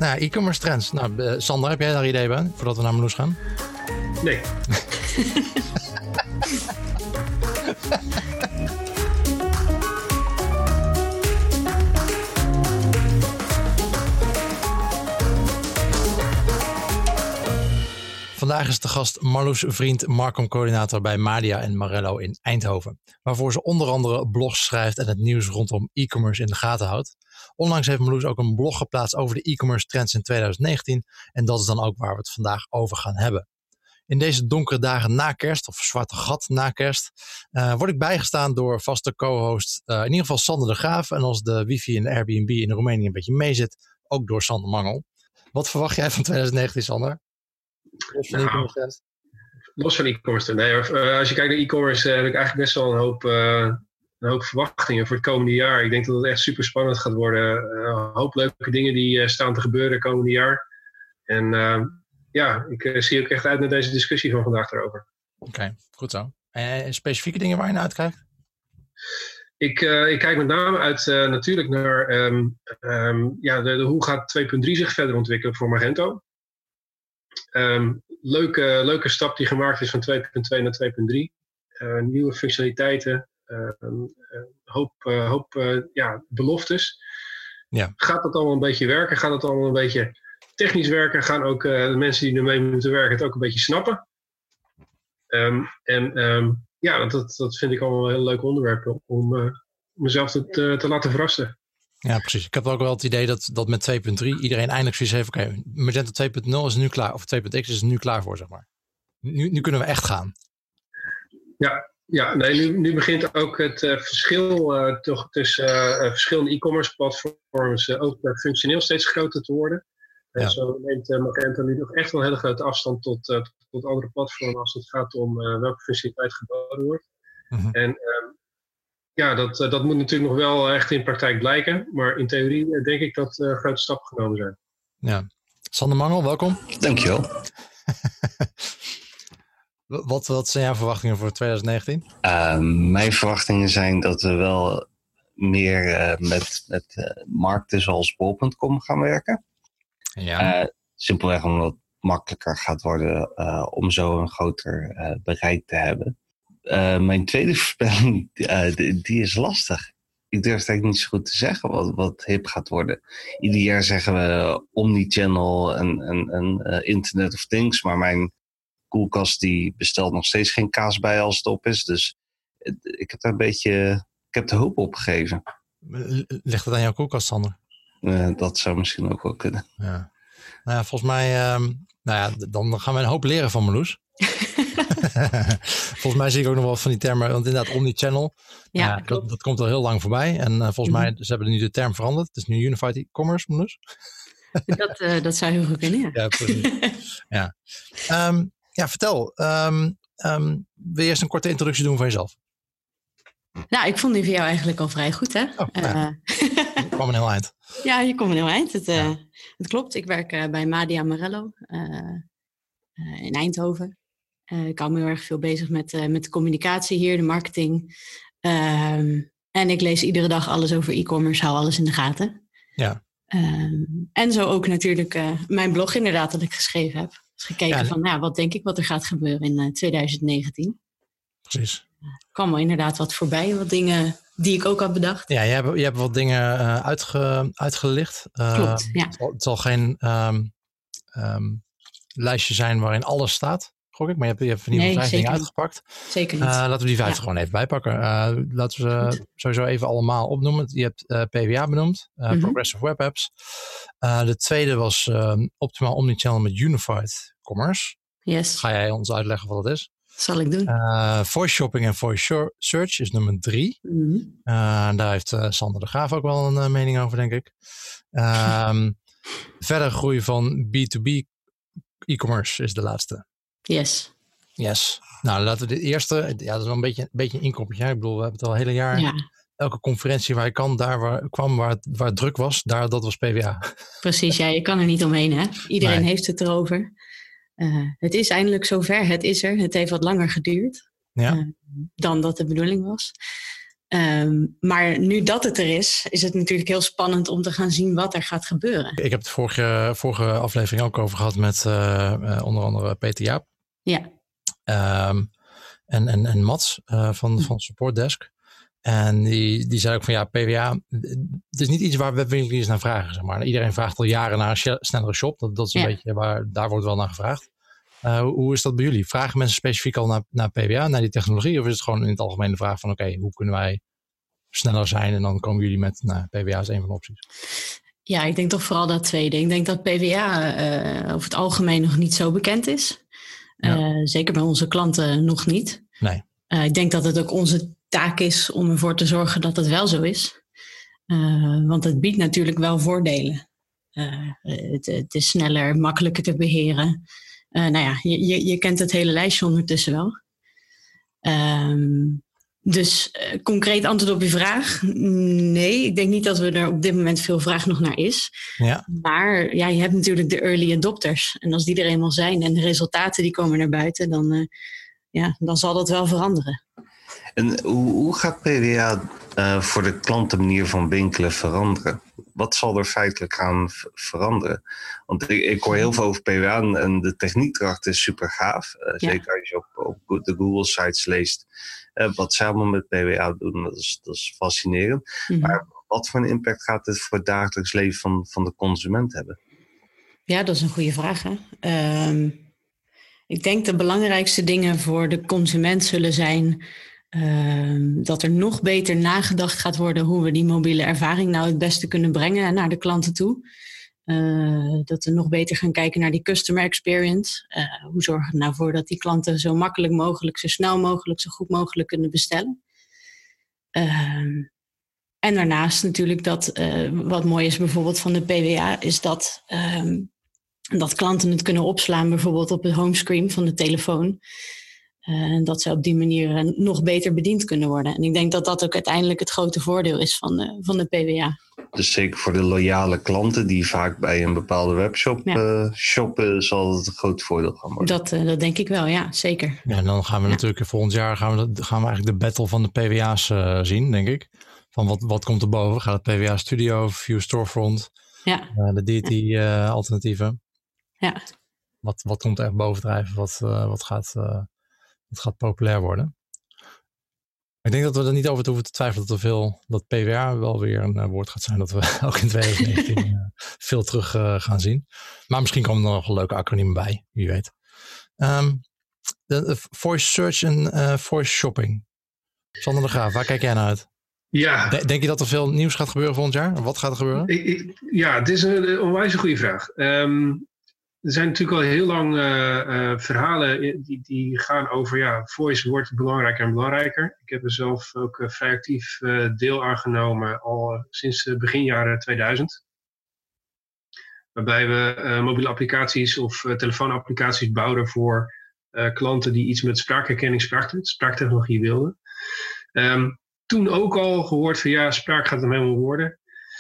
Nou, e-commerce trends. Nou, Sander, heb jij daar idee bij voordat we naar Marloes gaan? Nee. Vandaag is de gast Marloes Vriend, Marcom-coördinator bij Madia en Marello in Eindhoven. Waarvoor ze onder andere blogs schrijft en het nieuws rondom e-commerce in de gaten houdt. Onlangs heeft Marloes ook een blog geplaatst over de e-commerce trends in 2019. En dat is dan ook waar we het vandaag over gaan hebben. In deze donkere dagen na kerst, of zwarte gat na kerst, word ik bijgestaan door vaste co-host, in ieder geval Sander de Graaf. En als de wifi en de Airbnb in Roemenië een beetje meezit, ook door Sander Mangel. Wat verwacht jij van 2019, Sander? Los van e-commerce. Nee, als je kijkt naar e-commerce heb ik eigenlijk best wel een hoop verwachtingen voor het komende jaar. Ik denk dat het echt super spannend gaat worden. Een hoop leuke dingen die staan te gebeuren het komende jaar. En ik zie ook echt uit naar deze discussie van vandaag daarover. Oké, goed zo. En specifieke dingen waar je naar uitkijkt? Ik kijk met name uit natuurlijk naar hoe gaat 2.3 zich verder ontwikkelen voor Magento. Leuke stap die gemaakt is van 2.2 naar 2.3. Nieuwe functionaliteiten. Hoop beloftes. Ja. Gaat dat allemaal een beetje werken? Gaat het allemaal een beetje technisch werken? Gaan ook de mensen die ermee moeten werken het ook een beetje snappen? Dat vind ik allemaal heel leuke onderwerpen om mezelf te laten verrassen. Ja, precies. Ik heb ook wel het idee dat met 2.3 iedereen eindelijk zoiets heeft. Oké, Magento 2.0 is nu klaar. Of 2.x is nu klaar voor, zeg maar. Nu kunnen we echt gaan. Nu begint ook het verschil tussen verschillende e-commerce platforms ook functioneel steeds groter te worden. Ja. Zo neemt Magento nu nog echt wel een hele grote afstand tot andere platformen als het gaat om welke functionaliteit geboden wordt. Mm-hmm. En dat moet natuurlijk nog wel echt in praktijk blijken. Maar in theorie denk ik dat grote stappen genomen zijn. Ja. Sander Mangel, welkom. Dankjewel. Wat zijn jouw verwachtingen voor 2019? Mijn verwachtingen zijn dat we wel meer met markten zoals bol.com gaan werken. Ja. Simpelweg omdat het makkelijker gaat worden om zo een groter bereik te hebben. Mijn tweede voorspelling, die is lastig. Ik durf het eigenlijk niet zo goed te zeggen wat hip gaat worden. Ieder jaar zeggen we omnichannel en Internet of Things. Maar mijn koelkast die bestelt nog steeds geen kaas bij als het op is. Dus ik heb daar ik heb de hoop opgegeven. Ligt het aan jouw koelkast, Sander? Dat zou misschien ook wel kunnen. Ja. Nou ja, volgens mij, dan gaan we een hoop leren van Marloes. Volgens mij zie ik ook nog wel van die termen, want inderdaad omnichannel, dat komt al heel lang voorbij. En volgens mij, ze hebben nu de term veranderd. Het is nu Unified E-commerce, Marloes. Dat zou heel goed kunnen, ja. Ja, precies. Ja. Vertel. Wil je eerst een korte introductie doen van jezelf? Nou, ik vond die van jou eigenlijk al vrij goed, hè? Je kwam een heel eind. Ja, je komt een heel eind. Het klopt. Ik werk bij Madia Marello in Eindhoven. Ik hou me heel erg veel bezig met de communicatie hier, de marketing. En ik lees iedere dag alles over e-commerce, hou alles in de gaten. Ja. En zo ook natuurlijk mijn blog inderdaad dat ik geschreven heb. Dus gekeken van wat denk ik wat er gaat gebeuren in 2019. Precies. Er kwam wel inderdaad wat voorbij, wat dingen die ik ook had bedacht. Ja, je hebt wat dingen uitgelicht. Klopt, ja. Het zal geen lijstje zijn waarin alles staat, gok ik. Maar je hebt in ieder geval 5 dingen uitgepakt. Zeker niet. Laten we die 5 gewoon even bijpakken. Laten we ze sowieso even allemaal opnoemen. Je hebt PWA benoemd, Progressive Web Apps. De tweede was optimaal omnichannel met Unified Commerce. Yes. Ga jij ons uitleggen wat dat is? Zal ik doen. Voice shopping en voice search is nummer 3. Mm-hmm. Daar heeft Sander de Graaf ook wel een mening over, denk ik. Verder groei van B2B e-commerce is de laatste. Yes. Nou, laten we de eerste. Ja, dat is wel een beetje een inkoppertje. Ik bedoel, we hebben het al het hele jaar. Ja. Elke conferentie waar je kan, waar het druk was, dat was PWA. Precies, ja, je kan er niet omheen, hè? Iedereen heeft het erover. Het is eindelijk zover, het is er. Het heeft wat langer geduurd dan dat de bedoeling was. Maar nu dat het er is het natuurlijk heel spannend om te gaan zien wat er gaat gebeuren. Ik heb het vorige aflevering ook over gehad met onder andere Peter Jaap. Ja. En Mats van Support Desk. En die zei ook van ja, PWA, het is niet iets waar webwinkeliers naar vragen. Zeg maar. Iedereen vraagt al jaren naar een snellere shop. Dat is een beetje daar wordt wel naar gevraagd. Hoe is dat bij jullie? Vragen mensen specifiek al naar PWA, naar die technologie? Of is het gewoon in het algemeen de vraag van oké, hoe kunnen wij sneller zijn? En dan komen jullie met PWA is een van de opties. Ja, ik denk toch vooral dat tweede. Ik denk dat PWA over het algemeen nog niet zo bekend is. Ja. Zeker bij onze klanten nog niet. Nee. Ik denk dat het ook onze taak is om ervoor te zorgen dat het wel zo is. Want het biedt natuurlijk wel voordelen. Het is sneller, makkelijker te beheren. Je kent het hele lijstje ondertussen wel. Dus concreet antwoord op je vraag? Nee, ik denk niet dat we er op dit moment veel vraag nog naar is. Ja. Maar je hebt natuurlijk de early adopters. En als die er eenmaal zijn en de resultaten die komen naar buiten, dan zal dat wel veranderen. En hoe gaat PWA voor de klant de manier van winkelen veranderen? Wat zal er feitelijk gaan veranderen? Want ik hoor heel veel over PWA en de techniek erachter is super gaaf. Zeker als je op de Google sites leest wat zij allemaal met PWA doen. Dat is fascinerend. Mm-hmm. Maar wat voor een impact gaat dit voor het dagelijks leven van de consument hebben? Ja, dat is een goede vraag. Hè? Ik denk de belangrijkste dingen voor de consument zullen zijn dat er nog beter nagedacht gaat worden hoe we die mobiele ervaring nou het beste kunnen brengen naar de klanten toe. Dat we nog beter gaan kijken naar die customer experience. Hoe zorgen we er nou voor dat die klanten zo makkelijk mogelijk, zo snel mogelijk, zo goed mogelijk kunnen bestellen. En daarnaast natuurlijk dat wat mooi is bijvoorbeeld van de PWA is dat klanten het kunnen opslaan bijvoorbeeld op het homescreen van de telefoon. En dat ze op die manier nog beter bediend kunnen worden. En ik denk dat dat ook uiteindelijk het grote voordeel is van de PWA. Dus zeker voor de loyale klanten die vaak bij een bepaalde webshop shoppen, zal het een groot voordeel gaan worden. Dat denk ik wel, ja, zeker. Ja, en dan gaan we natuurlijk volgend jaar gaan we eigenlijk de battle van de PWA's zien, denk ik. Van wat komt er boven? Gaat het PWA Studio, View Storefront, de DT alternatieven? Ja. Wat komt er echt bovendrijven? Wat gaat populair worden? Ik denk dat we er niet over hoeven te twijfelen dat PWA wel weer een woord gaat zijn dat we ook in 2019 veel terug gaan zien. Maar misschien komen er nog leuke acroniemen bij, wie weet. De voice search en voice shopping. Sander de Graaf, waar kijk jij naar uit? Ja. Denk je dat er veel nieuws gaat gebeuren volgend jaar? Wat gaat er gebeuren? Het is een onwijs goede vraag. Er zijn natuurlijk al heel lang verhalen die gaan over voice wordt belangrijker en belangrijker. Ik heb er zelf ook vrij actief deel aan genomen al sinds begin jaren 2000. Waarbij we mobiele applicaties of telefoonapplicaties bouwden voor klanten die iets met spraakherkenning, spraaktechnologie wilden. Toen ook al gehoord van spraak gaat hem helemaal worden.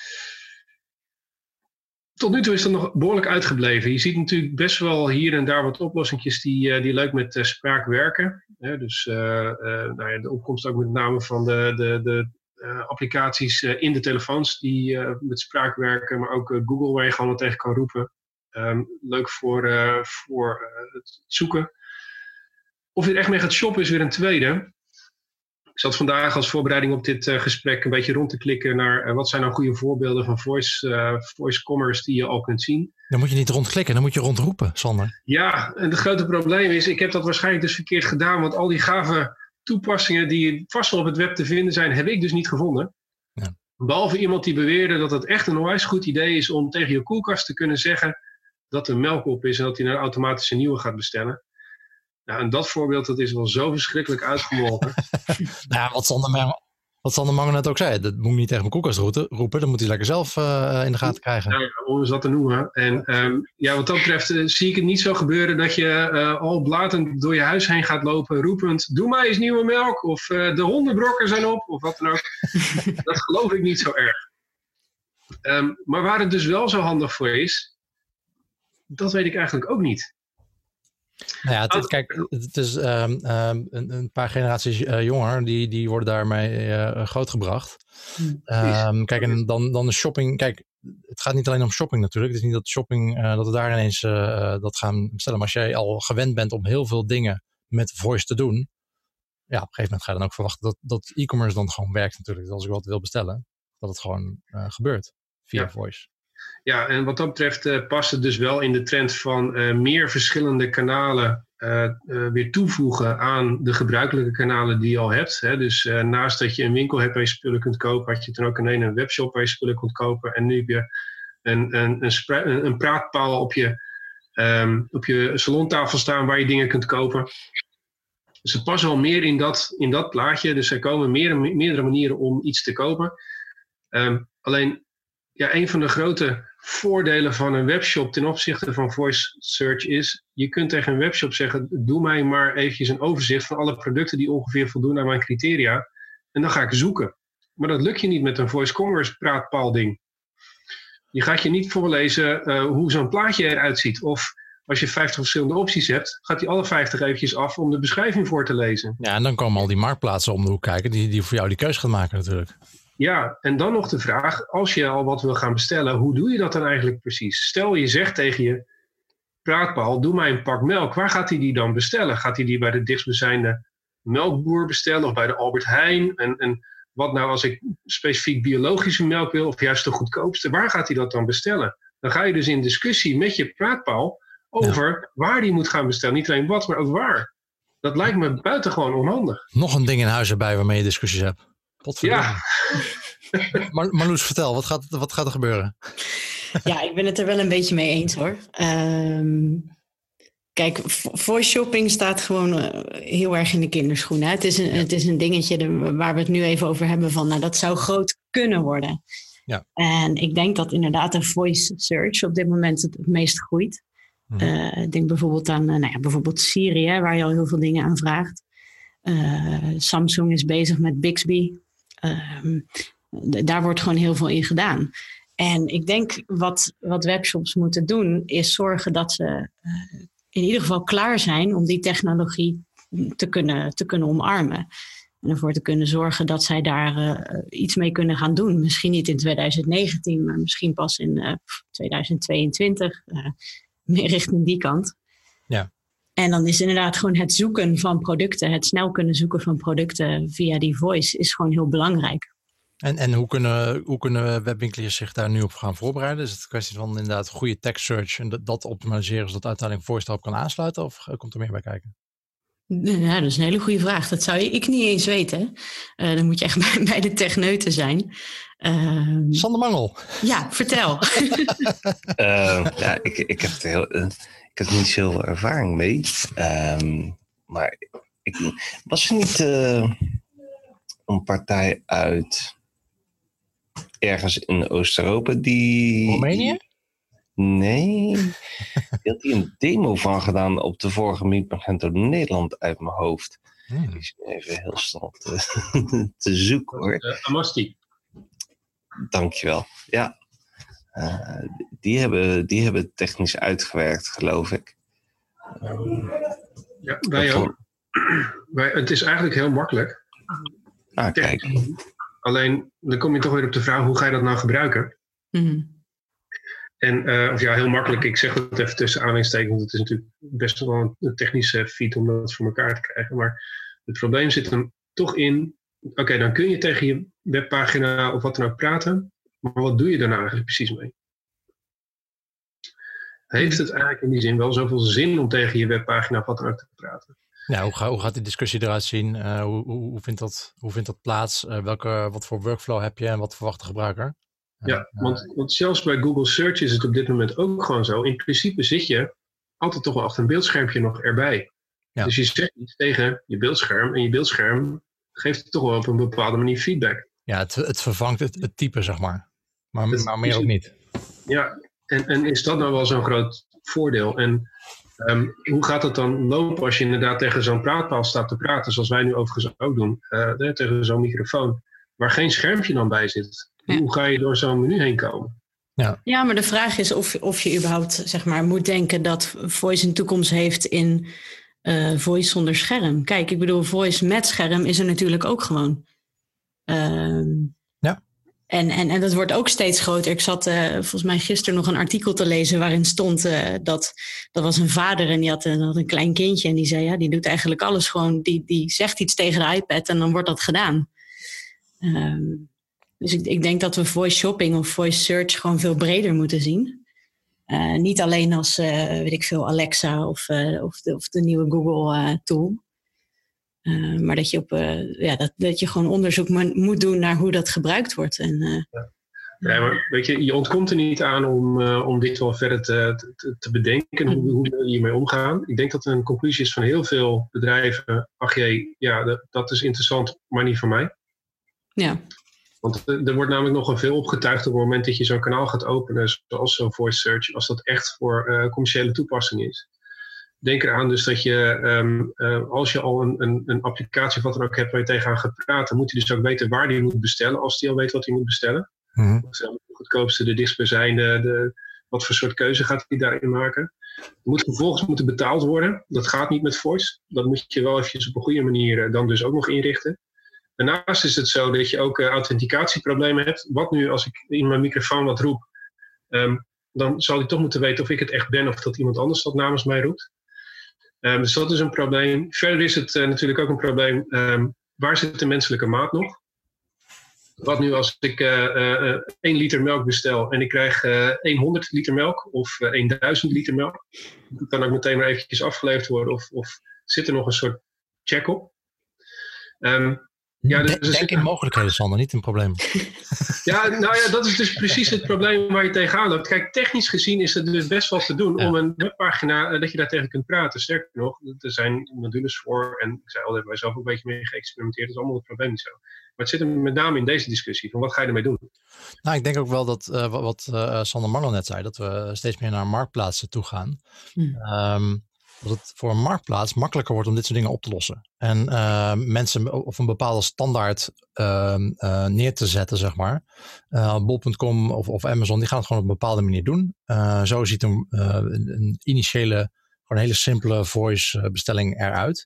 Tot nu toe is dat nog behoorlijk uitgebleven. Je ziet natuurlijk best wel hier en daar wat oplossingjes die leuk met spraak werken. Dus de opkomst ook met name van de applicaties in de telefoons die met spraak werken. Maar ook Google waar je gewoon wat tegen kan roepen. Leuk voor het zoeken. Of je er echt mee gaat shoppen is weer een tweede. Ik zat vandaag als voorbereiding op dit gesprek een beetje rond te klikken naar wat zijn nou goede voorbeelden van voice commerce die je al kunt zien. Dan moet je niet rondklikken, dan moet je rondroepen, Sander. Ja, en het grote probleem is, ik heb dat waarschijnlijk dus verkeerd gedaan, want al die gave toepassingen die vast wel op het web te vinden zijn, heb ik dus niet gevonden. Ja. Behalve iemand die beweerde dat het echt een onwijs goed idee is om tegen je koelkast te kunnen zeggen dat er melk op is en dat hij een automatische nieuwe gaat bestellen. Nou, en dat voorbeeld, dat is wel zo verschrikkelijk uitgemolken. Wat Sander Manger net ook zei, dat moet je niet tegen mijn koelkast roepen. Dat moet hij lekker zelf in de gaten krijgen. Ja, om eens wat te noemen. En wat dat betreft zie ik het niet zo gebeuren dat je al blatend door je huis heen gaat lopen roepend, doe mij eens nieuwe melk of de hondenbrokken zijn op of wat dan ook. Dat geloof ik niet zo erg. Maar waar het dus wel zo handig voor is, dat weet ik eigenlijk ook niet. Nou ja, kijk, het is een paar generaties jonger, die worden daarmee grootgebracht. Kijk, en dan de shopping. Kijk, het gaat niet alleen om shopping natuurlijk. Het is niet dat shopping, dat we daar ineens dat gaan bestellen. Maar als jij al gewend bent om heel veel dingen met voice te doen, ja, op een gegeven moment ga je dan ook verwachten dat e-commerce dan gewoon werkt natuurlijk. Dus als ik wat wil bestellen, dat het gewoon gebeurt via voice. Ja, en wat dat betreft past het dus wel in de trend van meer verschillende kanalen weer toevoegen aan de gebruikelijke kanalen die je al hebt. Hè. Dus naast dat je een winkel hebt waar je spullen kunt kopen, had je dan ook een webshop waar je spullen kunt kopen. En nu heb je een praatpaal op je salontafel staan waar je dingen kunt kopen. Dus het past wel meer in dat plaatje. Dus er komen meerdere manieren om iets te kopen. Alleen, ja, een van de grote voordelen van een webshop ten opzichte van voice search is, je kunt tegen een webshop zeggen, doe mij maar eventjes een overzicht van alle producten die ongeveer voldoen aan mijn criteria. En dan ga ik zoeken. Maar dat lukt je niet met een voice commerce praatpaal ding. Je gaat je niet voorlezen hoe zo'n plaatje eruit ziet. Of als je 50 verschillende opties hebt, gaat hij alle 50 eventjes af om de beschrijving voor te lezen. Ja, en dan komen al die marktplaatsen om de hoek kijken die voor jou die keuze gaan maken natuurlijk. Ja, en dan nog de vraag, als je al wat wil gaan bestellen, hoe doe je dat dan eigenlijk precies? Stel je zegt tegen je praatpaal, doe mij een pak melk. Waar gaat hij die dan bestellen? Gaat hij die bij de dichtstbijzijnde melkboer bestellen of bij de Albert Heijn? En wat nou als ik specifiek biologische melk wil of juist de goedkoopste? Waar gaat hij dat dan bestellen? Dan ga je dus in discussie met je praatpaal over waar die moet gaan bestellen. Niet alleen wat, maar ook waar. Dat lijkt me buitengewoon onhandig. Nog een ding in huis erbij waarmee je discussies hebt. Ja. Marloes, vertel, wat gaat er gebeuren? Ja, ik ben het er wel een beetje mee eens hoor. Kijk, voice shopping staat gewoon heel erg in de kinderschoenen. Het is een dingetje waar we het nu even over hebben van, nou, dat zou groot kunnen worden. Ja. En ik denk dat inderdaad de voice search op dit moment het meest groeit. Ik denk bijvoorbeeld aan bijvoorbeeld Siri, waar je al heel veel dingen aan vraagt. Samsung is bezig met Bixby. Daar wordt gewoon heel veel in gedaan. En ik denk wat webshops moeten doen, is zorgen dat ze in ieder geval klaar zijn om die technologie te kunnen omarmen. En ervoor te kunnen zorgen dat zij daar iets mee kunnen gaan doen. Misschien niet in 2019, maar misschien pas in 2022. Meer richting die kant. Ja. En dan is inderdaad gewoon het zoeken van producten, het snel kunnen zoeken van producten via die voice is gewoon heel belangrijk. En hoe kunnen webwinkeliers zich daar nu op gaan voorbereiden? Is het een kwestie van inderdaad goede text search en dat optimaliseren zodat uiteindelijk voice erop kan aansluiten? Of komt er meer bij kijken? Ja, dat is een hele goede vraag. Dat zou ik niet eens weten. Dan moet je echt bij de techneuten zijn. Sander Mangel. Ja, vertel. Ik heb er niet zoveel ervaring mee. Maar was er niet een partij uit ergens in Oost-Europa die... Roemenië? Nee. Die had een demo van gedaan op de vorige Meet Magento Nederland uit mijn hoofd. Ik zit even heel snel te zoeken hoor. Amasti. Dankjewel. Ja. Die hebben het technisch uitgewerkt, geloof ik. Ja, wij ook. Het is eigenlijk heel makkelijk. Kijk. Alleen, dan kom je toch weer op de vraag, hoe ga je dat nou gebruiken? Mm-hmm. En heel makkelijk, ik zeg het even tussen aanhalingstekens, want het is natuurlijk best wel een technische feat om dat voor elkaar te krijgen. Maar het probleem zit hem toch in, oké, dan kun je tegen je webpagina of wat dan ook praten, maar wat doe je daar nou eigenlijk precies mee? Heeft het eigenlijk in die zin wel zoveel zin om tegen je webpagina of wat dan ook te praten? Ja, hoe gaat die discussie eruit zien? Hoe vindt dat plaats? Wat voor workflow heb je en wat verwacht de gebruiker? Ja, want zelfs bij Google Search is het op dit moment ook gewoon zo. In principe zit je altijd toch wel achter een beeldschermpje nog erbij. Ja. Dus je zegt iets tegen je beeldscherm en je beeldscherm geeft toch wel op een bepaalde manier feedback. Ja, het vervangt het type, zeg maar. Maar meer ook niet. Ja, en is dat nou wel zo'n groot voordeel? En hoe gaat het dan lopen als je inderdaad tegen zo'n praatpaal staat te praten, zoals wij nu overigens ook doen, tegen zo'n microfoon, waar geen schermpje dan bij zit? Ja. Hoe ga je door zo'n menu heen komen? Ja, maar de vraag is of je überhaupt zeg maar moet denken dat voice een toekomst heeft in voice zonder scherm. Kijk, ik bedoel, voice met scherm is er natuurlijk ook gewoon. En dat wordt ook steeds groter. Ik zat volgens mij gisteren nog een artikel te lezen waarin stond dat was een vader en die had een klein kindje en die zei, ja, die doet eigenlijk alles gewoon. Die zegt iets tegen de iPad en dan wordt dat gedaan. Dus ik denk dat we voice shopping of voice search gewoon veel breder moeten zien. Niet alleen als, weet ik veel, Alexa of de nieuwe Google tool. Maar dat je dat je gewoon onderzoek moet doen naar hoe dat gebruikt wordt. Ja, maar weet je ontkomt er niet aan om dit wel verder te bedenken. Hoe we hiermee omgaan. Ik denk dat er een conclusie is van heel veel bedrijven. Ach jee, ja, dat is interessant, maar niet voor mij. Ja. Want er wordt namelijk nogal veel opgetuigd op het moment dat je zo'n kanaal gaat openen, zoals zo'n voice search, als dat echt voor commerciële toepassing is. Denk eraan dus dat je, als je al een applicatie of wat dan ook hebt waar je tegenaan gaat praten, moet je dus ook weten waar die moet bestellen, als die al weet wat hij moet bestellen. Mm-hmm. Of de goedkoopste, de dichtstbijzijnde, wat voor soort keuze gaat hij daarin maken. Vervolgens moet betaald worden. Dat gaat niet met voice. Dat moet je wel eventjes op een goede manier dan dus ook nog inrichten. Daarnaast is het zo dat je ook authenticatieproblemen hebt. Wat nu als ik in mijn microfoon wat roep, dan zal hij toch moeten weten of ik het echt ben of dat iemand anders dat namens mij roept. Dus dat is een probleem. Verder is het natuurlijk ook een probleem, waar zit de menselijke maat nog? Wat nu als ik 1 liter melk bestel en ik krijg 100 liter melk of 1000 liter melk? Dat kan ook meteen maar eventjes afgeleverd worden of zit er nog een soort check op? Denk in mogelijkheden, Sander, niet een probleem. Ja, nou ja, dat is dus precies het probleem waar je tegenaan loopt. Kijk, technisch gezien is het dus best wel te doen om een webpagina dat je daar tegen kunt praten. Sterker nog, er zijn modules voor en ik zei al, daar hebben wij zelf ook een beetje mee geëxperimenteerd. Dat is allemaal het probleem niet zo. Maar het zit hem met name in deze discussie van wat ga je ermee doen? Nou, ik denk ook wel dat wat Sander Marlo net zei, dat we steeds meer naar marktplaatsen toe gaan. Dat het voor een marktplaats makkelijker wordt om dit soort dingen op te lossen. En mensen op een bepaalde standaard neer te zetten, zeg maar. Bol.com of Amazon, die gaan het gewoon op een bepaalde manier doen. Zo ziet een initiële, gewoon hele simpele voice bestelling eruit.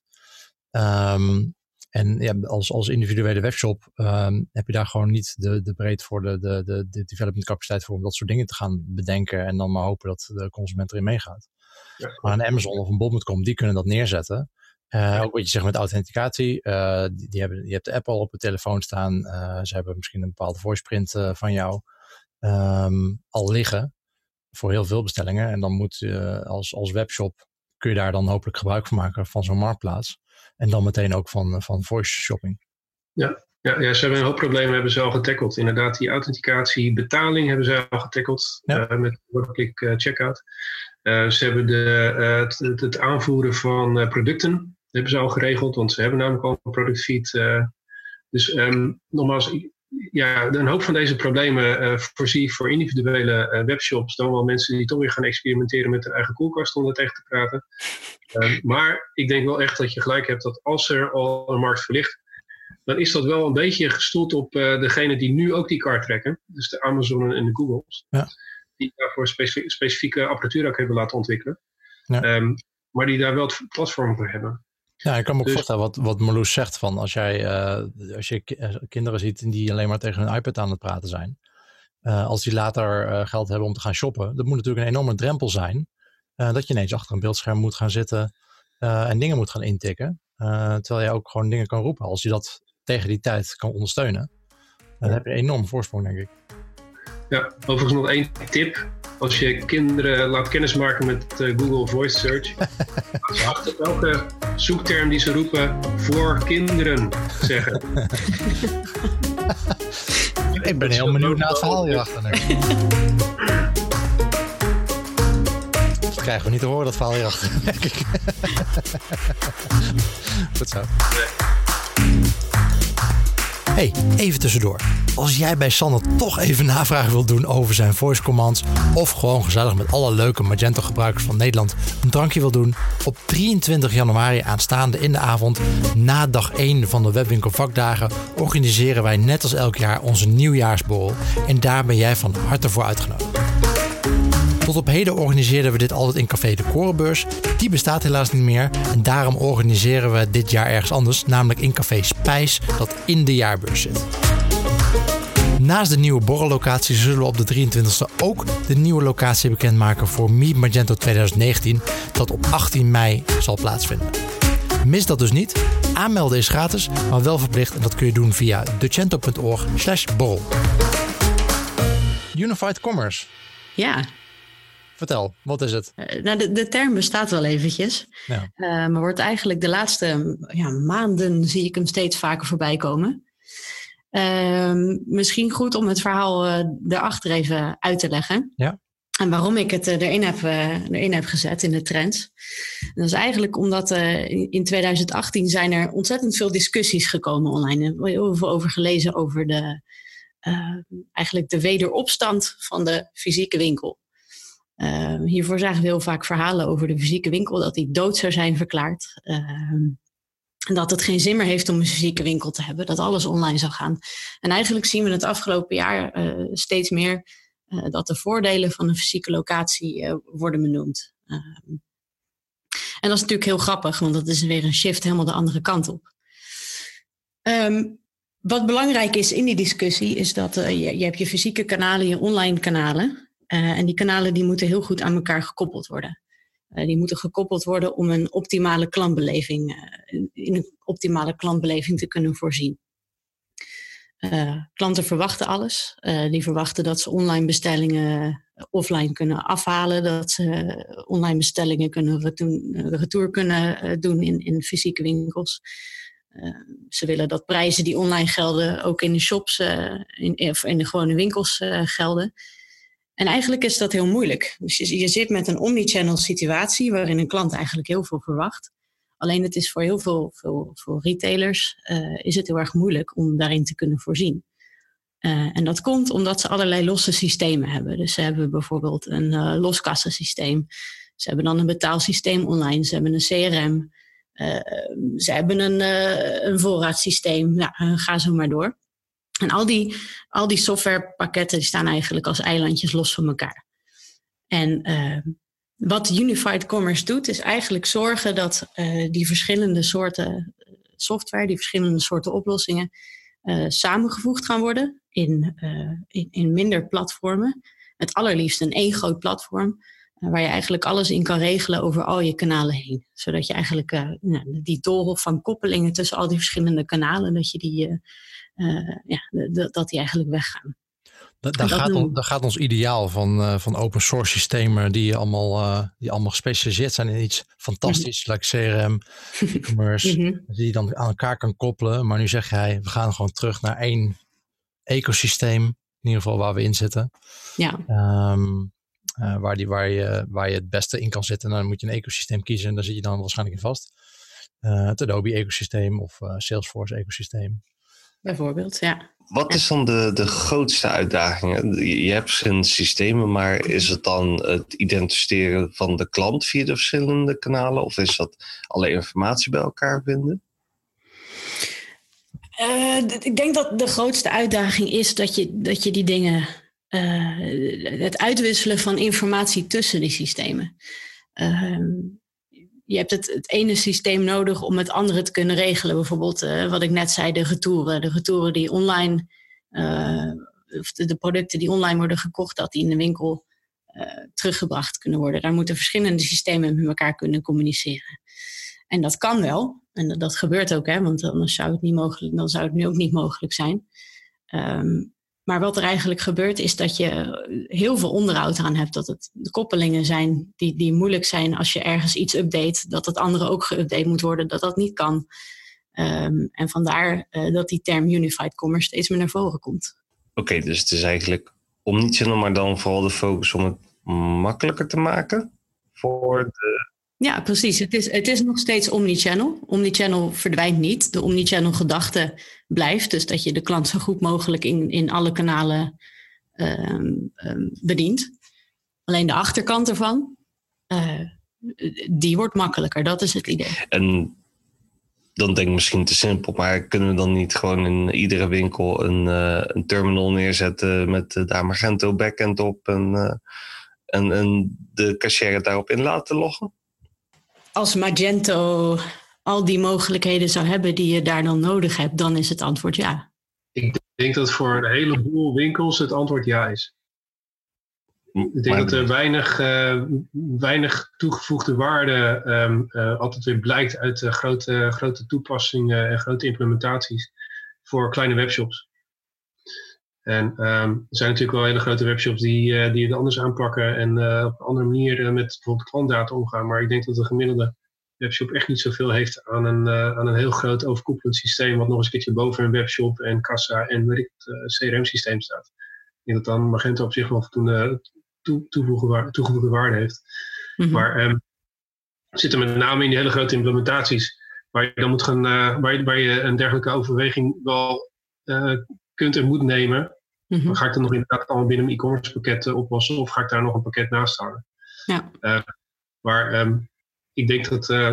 En ja, als individuele webshop heb je daar gewoon niet de breedte voor de development capaciteit voor om dat soort dingen te gaan bedenken en dan maar hopen dat de consument erin meegaat. Ja. Maar een Amazon of een Bol.com, die kunnen dat neerzetten. Ook wat je zegt met authenticatie. Je hebt de app al op de telefoon staan. Ze hebben misschien een bepaalde voiceprint van jou al liggen voor heel veel bestellingen. En dan moet als webshop kun je daar dan hopelijk gebruik van maken van zo'n marktplaats. En dan meteen ook van voice shopping. Ja, ze hebben een hoop problemen hebben ze al getackeld. Inderdaad, die authenticatie, betaling hebben ze al getackeld met one-click checkout. Ze hebben het aanvoeren van producten hebben ze al geregeld, want ze hebben namelijk al een productfeed. Dus nogmaals, een hoop van deze problemen voorzie voor individuele webshops, dan wel mensen die toch weer gaan experimenteren met hun eigen koelkast om daar tegen te praten. Maar ik denk wel echt dat je gelijk hebt dat als er al een markt voor ligt, dan is dat wel een beetje gestoeld op degene die nu ook die kar trekken. Dus de Amazon en de Googles. Ja. Die daarvoor specifieke apparatuur ook hebben laten ontwikkelen. Ja. Maar die daar wel het platform voor hebben. Ja, ik kan me ook voorstellen wat Marloes zegt van als je kinderen ziet die alleen maar tegen hun iPad aan het praten zijn. Als die later geld hebben om te gaan shoppen. Dat moet natuurlijk een enorme drempel zijn. Dat je ineens achter een beeldscherm moet gaan zitten en dingen moet gaan intikken. Terwijl je ook gewoon dingen kan roepen. Als je dat tegen die tijd kan ondersteunen. Dan heb je een enorme voorsprong, denk ik. Ja, overigens nog 1 tip. Als je kinderen laat kennismaken met Google Voice Search. Laat ze achter elke zoekterm die ze roepen voor kinderen zeggen. Ik ben heel benieuwd naar het verhaal hierachter. Dat krijgen we niet te horen, dat verhaal hierachter. Goed zo. Hey, even tussendoor. Als jij bij Sander toch even navraag wilt doen over zijn voice commands of gewoon gezellig met alle leuke Magento gebruikers van Nederland een drankje wil doen, op 23 januari aanstaande in de avond, na dag 1 van de Webwinkel vakdagen, organiseren wij net als elk jaar onze nieuwjaarsborrel en daar ben jij van harte voor uitgenodigd. Tot op heden organiseerden we dit altijd in Café de Korenbeurs. Die bestaat helaas niet meer en daarom organiseren we dit jaar ergens anders, namelijk in Café Spijs, dat in de jaarbeurs zit. Naast de nieuwe borrellocatie zullen we op de 23e ook de nieuwe locatie bekendmaken voor Meet Magento 2019, dat op 18 mei zal plaatsvinden. Mis dat dus niet. Aanmelden is gratis, maar wel verplicht en dat kun je doen via docento.org/borrel. Unified Commerce. Ja. Vertel, wat is het? De term bestaat wel eventjes. Ja. Maar wordt eigenlijk de laatste maanden zie ik hem steeds vaker voorbij komen. Misschien goed om het verhaal erachter even uit te leggen. Ja. En waarom ik het erin heb gezet in de trends. En dat is eigenlijk omdat in 2018 zijn er ontzettend veel discussies gekomen online. Er is heel veel over gelezen over eigenlijk de wederopstand van de fysieke winkel. Hiervoor zagen we heel vaak verhalen over de fysieke winkel, dat die dood zou zijn verklaard. En dat het geen zin meer heeft om een fysieke winkel te hebben, dat alles online zou gaan. En eigenlijk zien we het afgelopen jaar steeds meer dat de voordelen van een fysieke locatie worden benoemd. En dat is natuurlijk heel grappig, want dat is weer een shift helemaal de andere kant op. Wat belangrijk is in die discussie is dat je hebt je fysieke kanalen, je online kanalen. En die kanalen die moeten heel goed aan elkaar gekoppeld worden. Die moeten gekoppeld worden om een optimale klantbeleving, in een optimale klantbeleving te kunnen voorzien. Klanten verwachten alles. Die verwachten dat ze online bestellingen offline kunnen afhalen. Dat ze online bestellingen kunnen retour kunnen doen in fysieke winkels. Ze willen dat prijzen die online gelden ook in de shops, in de gewone winkels gelden. En eigenlijk is dat heel moeilijk. Dus je zit met een omnichannel situatie waarin een klant eigenlijk heel veel verwacht. Alleen het is voor heel veel retailers is het heel erg moeilijk om daarin te kunnen voorzien. En dat komt omdat ze allerlei losse systemen hebben. Dus ze hebben bijvoorbeeld een loskassensysteem. Ze hebben dan een betaalsysteem online. Ze hebben een CRM. Ze hebben een voorraadsysteem. Nou, ga zo maar door. En al die softwarepakketten die staan eigenlijk als eilandjes los van elkaar. En wat Unified Commerce doet, is eigenlijk zorgen dat die verschillende soorten software, die verschillende soorten oplossingen samengevoegd gaan worden in minder platformen. Het allerliefst in één groot platform, waar je eigenlijk alles in kan regelen over al je kanalen heen. Zodat je eigenlijk die doolhof van koppelingen tussen al die verschillende kanalen, dat je dat die eigenlijk weggaan. Daar gaat ons ideaal van open source systemen die allemaal gespecialiseerd zijn in iets fantastisch, like CRM, e-commerce, die je dan aan elkaar kan koppelen. Maar nu zeg jij, we gaan gewoon terug naar één ecosysteem, in ieder geval waar we in zitten. Ja. Waar je het beste in kan zitten. Nou, dan moet je een ecosysteem kiezen en daar zit je dan waarschijnlijk in vast. Het Adobe ecosysteem of Salesforce ecosysteem. Bijvoorbeeld, ja. Wat is dan de grootste uitdaging? Je hebt een systemen, maar is het dan het identificeren van de klant via de verschillende kanalen? Of is dat alle informatie bij elkaar vinden? Ik denk dat de grootste uitdaging is dat je die dingen... het uitwisselen van informatie tussen die systemen. Je hebt het ene systeem nodig om het andere te kunnen regelen. Bijvoorbeeld wat ik net zei, de retouren. De retouren die online, of de producten die online worden gekocht, dat die in de winkel teruggebracht kunnen worden. Daar moeten verschillende systemen met elkaar kunnen communiceren. En dat kan wel. En dat gebeurt ook, hè, want anders zou het niet mogelijk, dan zou het nu ook niet mogelijk zijn. Maar wat er eigenlijk gebeurt is dat je heel veel onderhoud aan hebt. Dat het de koppelingen zijn die moeilijk zijn als je ergens iets update. Dat het andere ook geüpdate moet worden, dat niet kan. En vandaar dat die term Unified Commerce steeds meer naar voren komt. Oké, dus het is eigenlijk omnichannel, maar dan vooral de focus om het makkelijker te maken voor Ja, precies. Het is nog steeds omnichannel. Omnichannel verdwijnt niet. De omnichannel gedachte blijft. Dus dat je de klant zo goed mogelijk in alle kanalen bedient. Alleen de achterkant ervan, die wordt makkelijker. Dat is het idee. En dan denk ik misschien te simpel, maar kunnen we dan niet gewoon in iedere winkel een terminal neerzetten met daar Magento backend op en de cashier het daarop in laten loggen? Als Magento al die mogelijkheden zou hebben die je daar dan nodig hebt, dan is het antwoord ja. Ik denk dat voor een heleboel winkels het antwoord ja is. Ik denk dat er weinig toegevoegde waarde altijd weer blijkt uit grote toepassingen en grote implementaties voor kleine webshops. En er zijn natuurlijk wel hele grote webshops die het anders aanpakken en op een andere manier met bijvoorbeeld klantdata omgaan. Maar ik denk dat de gemiddelde webshop echt niet zoveel heeft aan een heel groot overkoepelend systeem wat nog eens een keertje boven een webshop en kassa en het CRM-systeem staat. Ik denk dat dan Magento op zich wel voldoende toegevoegde waarde heeft. Mm-hmm. Maar zitten met name in die hele grote implementaties waar je dan moet gaan, waar je een dergelijke overweging wel kunt en moet nemen. Mm-hmm. Dan ga ik dan nog inderdaad allemaal binnen een e-commerce pakket oplossen of ga ik daar nog een pakket naast houden. Ja. Maar ik denk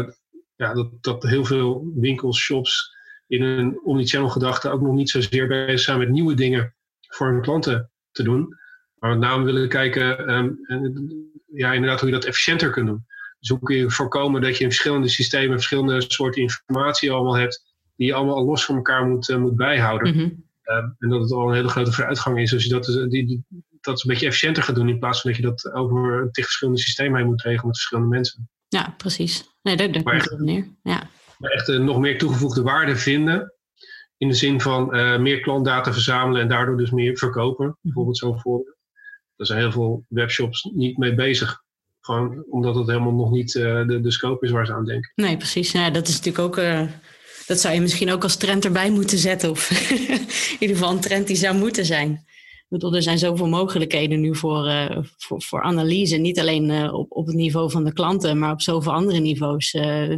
dat heel veel winkels, shops in een omnichannel gedachte ook nog niet zozeer bezig zijn met nieuwe dingen voor hun klanten te doen. Maar met name willen kijken inderdaad hoe je dat efficiënter kunt doen. Dus hoe kun je voorkomen dat je in verschillende systemen verschillende soorten informatie allemaal hebt die je allemaal al los van elkaar moet bijhouden. Mm-hmm. En dat het al een hele grote vooruitgang is als je dat een beetje efficiënter gaat doen in plaats van dat je dat over 10 verschillende systemen heen moet regelen met verschillende mensen. Ja, precies. Nee, daar komt het op neer. Ja. Maar echt nog meer toegevoegde waarde vinden in de zin van meer klantdata verzamelen en daardoor dus meer verkopen. Bijvoorbeeld zo'n voorbeeld. Daar zijn heel veel webshops niet mee bezig. Gewoon omdat het helemaal nog niet de scope is waar ze aan denken. Nee, precies. Ja, dat is natuurlijk ook... dat zou je misschien ook als trend erbij moeten zetten. Of in ieder geval een trend die zou moeten zijn. Ik bedoel, er zijn zoveel mogelijkheden nu voor analyse. Niet alleen op het niveau van de klanten, maar op zoveel andere niveaus.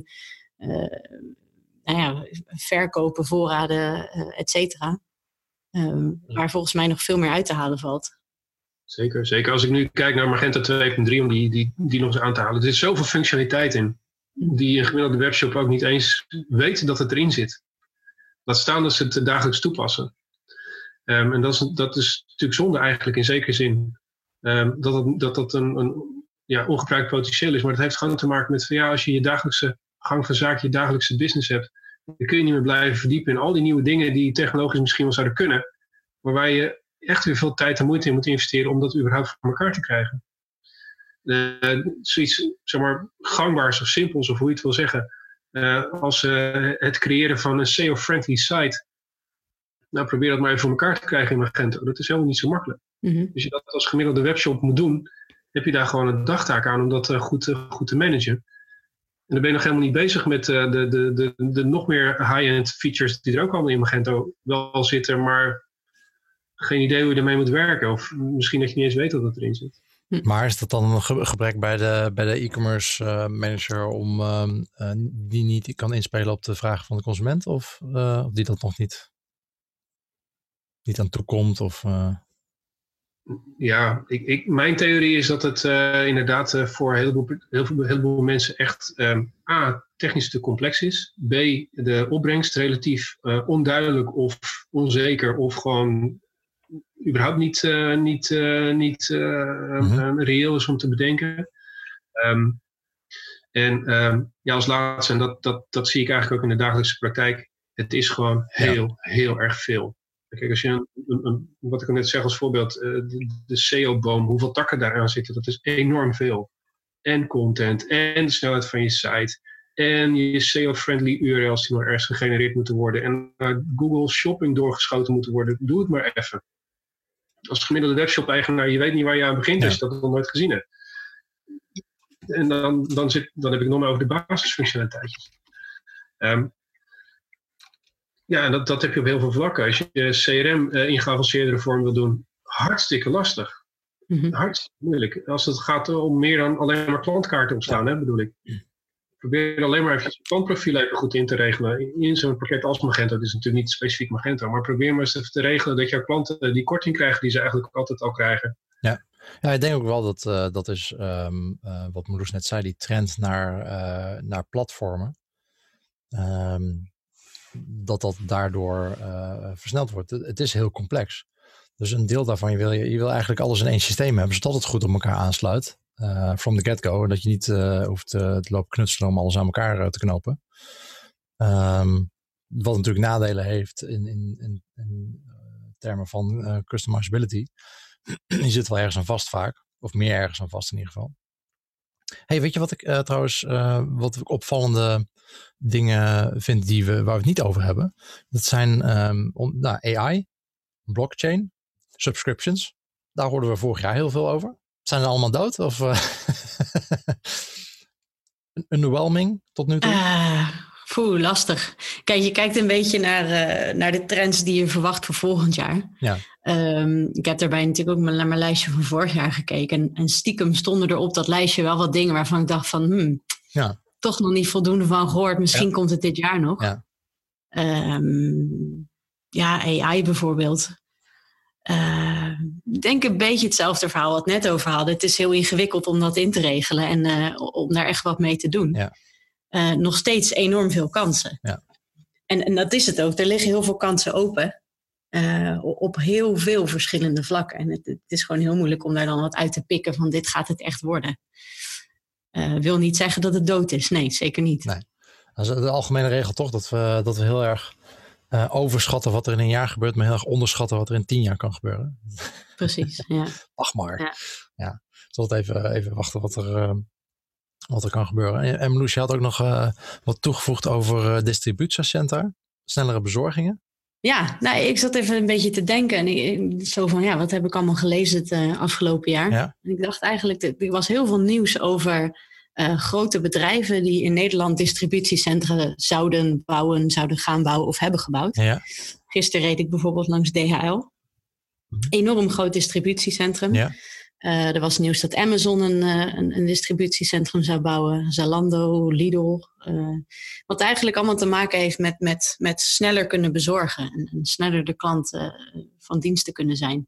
Verkopen, voorraden, et cetera. Waar volgens mij nog veel meer uit te halen valt. Zeker. Als ik nu kijk naar Magento 2.3 om die nog eens aan te halen. Er zit zoveel functionaliteit in. Die een gemiddelde webshop ook niet eens weet dat het erin zit. Laat staan dat ze het dagelijks toepassen. En dat is natuurlijk zonde eigenlijk in zekere zin. Dat een ongebruikt potentieel is. Maar dat heeft gewoon te maken met van als je je dagelijkse gang van zaken, je dagelijkse business hebt. Dan kun je niet meer blijven verdiepen in al die nieuwe dingen die technologisch misschien wel zouden kunnen. Maar waar je echt weer veel tijd en moeite in moet investeren om dat überhaupt voor elkaar te krijgen. Zoiets, zeg maar, gangbaars of simpels, of hoe je het wil zeggen, als het creëren van een SEO-friendly site. Nou, probeer dat maar even voor elkaar te krijgen in Magento. Dat is helemaal niet zo makkelijk. Mm-hmm. Als je dat als gemiddelde webshop moet doen, heb je daar gewoon een dagtaak aan om dat goed te managen. En dan ben je nog helemaal niet bezig met de nog meer high-end features die er ook allemaal in Magento wel zitten, maar geen idee hoe je ermee moet werken. Of misschien dat je niet eens weet dat het erin zit. Maar is dat dan een gebrek bij de e-commerce manager om die niet kan inspelen op de vragen van de consument? Of die dat nog niet aan toekomt? Ja, mijn theorie is dat het inderdaad voor heel veel mensen echt technisch te complex is. B, de opbrengst relatief onduidelijk of onzeker of gewoon überhaupt niet reëel is om te bedenken. Als laatste, en dat zie ik eigenlijk ook in de dagelijkse praktijk, het is gewoon heel erg veel. Kijk, als je wat ik net zeg als voorbeeld, de SEO-boom, hoeveel takken daaraan zitten, dat is enorm veel. En content, en de snelheid van je site, en je SEO-friendly URL's die nog ergens gegenereerd moeten worden, en Google Shopping doorgeschoten moeten worden. Doe het maar even. Als gemiddelde webshop-eigenaar, je weet niet waar je aan begint als je dat nog nooit gezien hebt. En dan heb ik nog maar over de basisfunctionaliteitjes. En dat heb je op heel veel vlakken. Als je CRM in geavanceerdere vorm wil doen, hartstikke lastig. Mm-hmm. Hartstikke moeilijk. Als het gaat om meer dan alleen maar klantkaarten opstaan, bedoel ik. probeer alleen maar even je klantprofiel even goed in te regelen. In zo'n pakket als Magento, het is natuurlijk niet specifiek Magento, maar probeer maar eens even te regelen dat jouw klanten die korting krijgen die ze eigenlijk altijd al krijgen. Ja, ik denk ook wel dat is wat Marloes net zei, die trend naar platformen. Dat daardoor versneld wordt. Het is heel complex. Dus een deel daarvan, je wil eigenlijk alles in één systeem hebben, zodat het goed op elkaar aansluit. From the get-go. En dat je niet hoeft te lopen knutselen om alles aan elkaar te knopen. Wat natuurlijk nadelen heeft in termen van customizability. Je zit wel ergens aan vast vaak. Of meer ergens aan vast in ieder geval. Hey, weet je wat ik trouwens wat ik opvallende dingen vind waar we het niet over hebben? Dat zijn AI, blockchain, subscriptions. Daar hoorden we vorig jaar heel veel over. Zijn ze allemaal dood? Of underwhelming tot nu toe? Lastig. Kijk, je kijkt een beetje naar de trends die je verwacht voor volgend jaar. Ja. Ik heb daarbij natuurlijk ook naar mijn lijstje van vorig jaar gekeken. En stiekem stonden er op dat lijstje wel wat dingen waarvan ik dacht van... toch nog niet voldoende van gehoord. Misschien komt het dit jaar nog. Ja, AI bijvoorbeeld. Ik denk een beetje hetzelfde verhaal wat net over hadden. Het is heel ingewikkeld om dat in te regelen en om daar echt wat mee te doen. Ja. Nog steeds enorm veel kansen. Ja. En dat is het ook. Er liggen heel veel kansen open. Op heel veel verschillende vlakken. En het is gewoon heel moeilijk om daar dan wat uit te pikken van dit gaat het echt worden. Wil niet zeggen dat het dood is. Nee, zeker niet. Nee. Dat is de algemene regel toch dat we heel erg overschatten wat er in een jaar gebeurt, maar heel erg onderschatten wat er in 10 jaar kan gebeuren. Precies, ja. Wacht maar. Ja. Zal het even wachten wat er kan gebeuren. En Marloes, je had ook nog wat toegevoegd over distributiecentra, snellere bezorgingen. Ja, nou, ik zat even een beetje te denken. En zo van, wat heb ik allemaal gelezen het afgelopen jaar? Ja. En ik dacht eigenlijk, er was heel veel nieuws over grote bedrijven die in Nederland distributiecentra zouden gaan bouwen of hebben gebouwd. Ja. Gisteren reed ik bijvoorbeeld langs DHL. Enorm groot distributiecentrum. Ja. Er was nieuws dat Amazon een distributiecentrum zou bouwen. Zalando, Lidl. Wat eigenlijk allemaal te maken heeft met sneller kunnen bezorgen. En sneller de klant van dienst te kunnen zijn.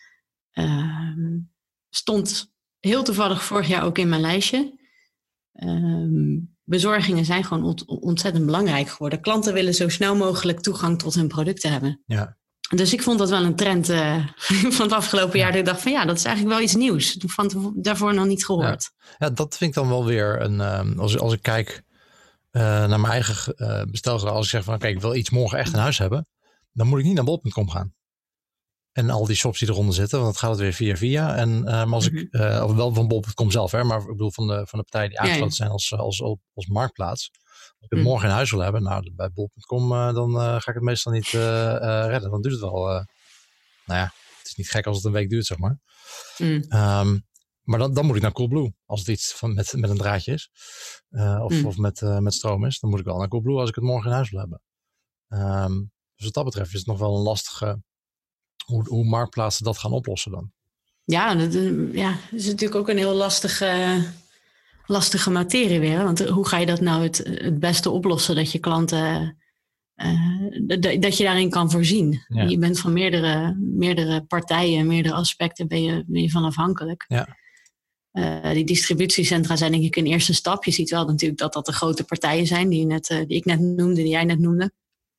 Stond heel toevallig vorig jaar ook in mijn lijstje. Bezorgingen zijn gewoon ontzettend belangrijk geworden. Klanten willen zo snel mogelijk toegang tot hun producten hebben. Ja. Dus ik vond dat wel een trend van het afgelopen jaar. Dat ik dacht van dat is eigenlijk wel iets nieuws. Daarvoor nog niet gehoord. Ja, dat vind ik dan wel weer als ik kijk naar mijn eigen bestelgedrag. Als ik zeg van oké, ik wil iets morgen echt in huis hebben. Dan moet ik niet naar bol.com gaan. En al die shops die eronder zitten. Want dan gaat het weer via. En als ik, of wel van bol.com zelf. Hè, maar ik bedoel van de partijen die aangesloten zijn als marktplaats. Als ik het morgen in huis wil hebben. Nou, bij bol.com dan ga ik het meestal niet redden. Dan duurt het wel. Het is niet gek als het een week duurt, zeg maar. Maar dan moet ik naar Coolblue. Als het iets met een draadje is. Of met stroom is. Dan moet ik wel naar Coolblue als ik het morgen in huis wil hebben. Dus wat dat betreft is het nog wel een lastige... Hoe marktplaatsen dat gaan oplossen dan? Ja, dat is natuurlijk ook een heel lastige materie weer. Want hoe ga je dat nou het beste oplossen? Dat je klanten... dat je daarin kan voorzien. Ja. Je bent van meerdere partijen, meerdere aspecten ben je van afhankelijk. Ja. Die distributiecentra zijn denk ik een eerste stap. Je ziet wel natuurlijk dat de grote partijen zijn die ik net noemde, die jij net noemde.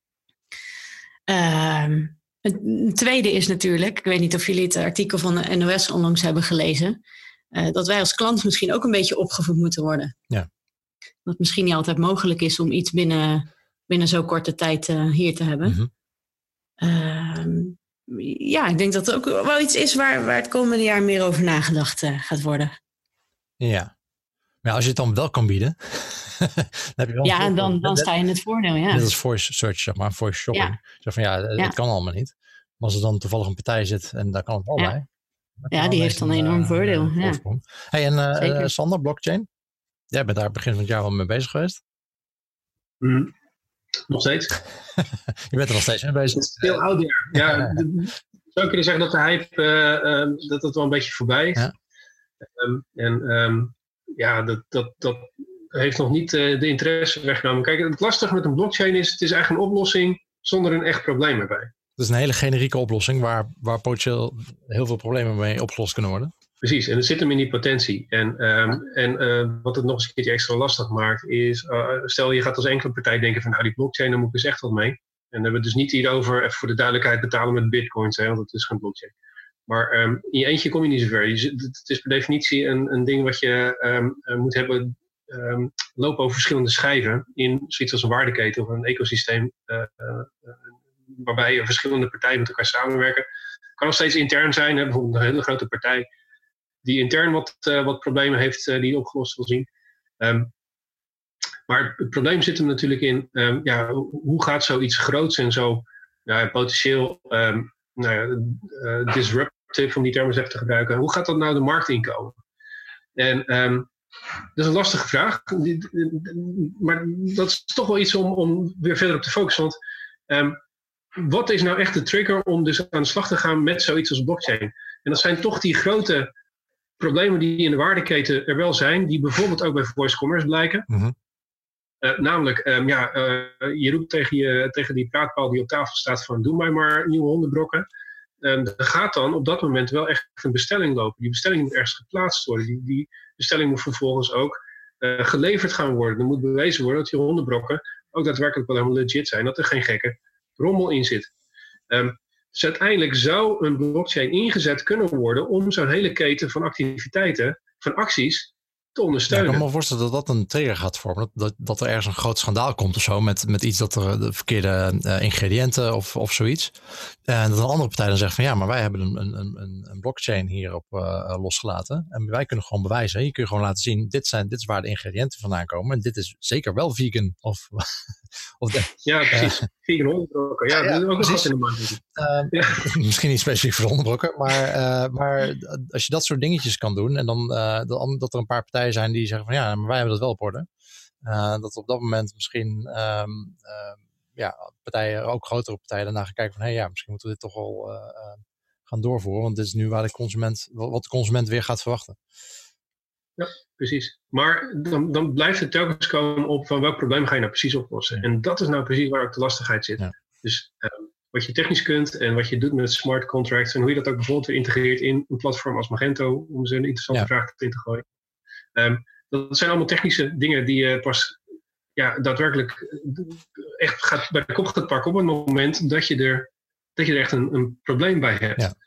Het tweede is natuurlijk, ik weet niet of jullie het artikel van de NOS onlangs hebben gelezen, dat wij als klant misschien ook een beetje opgevoed moeten worden. Ja. Dat het misschien niet altijd mogelijk is om iets binnen zo'n korte tijd hier te hebben. Mm-hmm. Ik denk dat het ook wel iets is waar het komende jaar meer over nagedacht gaat worden. Ja, maar als je het dan wel kan bieden... dan heb je wel dan sta je in het voordeel, ja. Dit is voice search, zeg maar, voice shopping. Ja. Zeg van het kan allemaal niet. Maar als er dan toevallig een partij zit en daar kan het wel bij. Ja, die heeft dan een enorm voordeel. Ja. Hey, en Sander, blockchain? Jij bent daar begin van het jaar wel mee bezig geweest? Nog steeds. Je bent er nog steeds mee bezig. Het is veel ouder. Ja, zou kunnen zeggen dat de hype dat wel een beetje voorbij is. Ja. Dat heeft nog niet de interesse weggenomen. Kijk, het lastige met een blockchain is, het is eigenlijk een oplossing zonder een echt probleem erbij. Het is een hele generieke oplossing waar potentieel heel veel problemen mee opgelost kunnen worden. Precies, en het zit hem in die potentie. En wat het nog eens een keertje extra lastig maakt is, stel je gaat als enkele partij denken van, nou die blockchain, daar moet ik dus echt wat mee. En dan hebben we het dus niet hierover, even voor de duidelijkheid, betalen met bitcoins, hè, want het is geen blockchain. Maar in je eentje kom je niet zo ver. Het is per definitie een ding wat je moet hebben lopen over verschillende schijven in zoiets als een waardeketen of een ecosysteem waarbij verschillende partijen met elkaar samenwerken. Het kan nog steeds intern zijn, hè, bijvoorbeeld een hele grote partij die intern wat problemen heeft die opgelost wil zien. Maar het probleem zit hem natuurlijk in, hoe gaat zoiets groots en zo potentieel disruptive, om die term eens even te gebruiken, hoe gaat dat nou de markt inkomen? En dat is een lastige vraag, maar dat is toch wel iets om weer verder op te focussen. Want wat is nou echt de trigger om dus aan de slag te gaan met zoiets als blockchain? En dat zijn toch die grote problemen die in de waardeketen er wel zijn, die bijvoorbeeld ook bij voice commerce blijken. Mm-hmm. Namelijk, je roept tegen die praatpaal die op tafel staat van doe mij maar nieuwe hondenbrokken. Er gaat dan op dat moment wel echt een bestelling lopen. Die bestelling moet ergens geplaatst worden. Die bestelling moet vervolgens ook geleverd gaan worden. Er moet bewezen worden dat die hondenbrokken ook daadwerkelijk wel helemaal legit zijn. Dat er geen gekke rommel in zit. Dus uiteindelijk zou een blockchain ingezet kunnen worden om zo'n hele keten van activiteiten, van acties, te ondersteunen. Ja, ik kan me voorstellen dat dat een trigger gaat vormen. Dat er ergens een groot schandaal komt of zo met iets dat er de verkeerde ingrediënten of zoiets. En dat een andere partij dan zegt van ja, maar wij hebben een blockchain hierop losgelaten. En wij kunnen gewoon bewijzen. Hier kun je gewoon laten zien, dit is waar de ingrediënten vandaan komen. En dit is zeker wel vegan. Ja, precies. Vegan hondenbrokken. Ja, dat is ook precies. In de markt. Misschien niet specifiek voor hondenbrokken. Maar als je dat soort dingetjes kan doen. En dan dat er een paar partijen zijn die zeggen van ja, maar wij hebben dat wel op orde. Dat op dat moment misschien partijen, ook grotere partijen, daarna gaan kijken van misschien moeten we dit toch wel gaan doorvoeren. Want dit is nu waar wat de consument weer gaat verwachten. Ja, precies. Maar dan blijft het telkens komen op van welk probleem ga je nou precies oplossen. Ja. En dat is nou precies waar ook de lastigheid zit. Ja. Dus wat je technisch kunt en wat je doet met smart contracts en hoe je dat ook bijvoorbeeld weer integreert in een platform als Magento, om ze een interessante vraag in te gooien. Dat zijn allemaal technische dingen die je pas daadwerkelijk echt bij de kop gaat pakken op het moment dat je er echt een probleem bij hebt. Ja.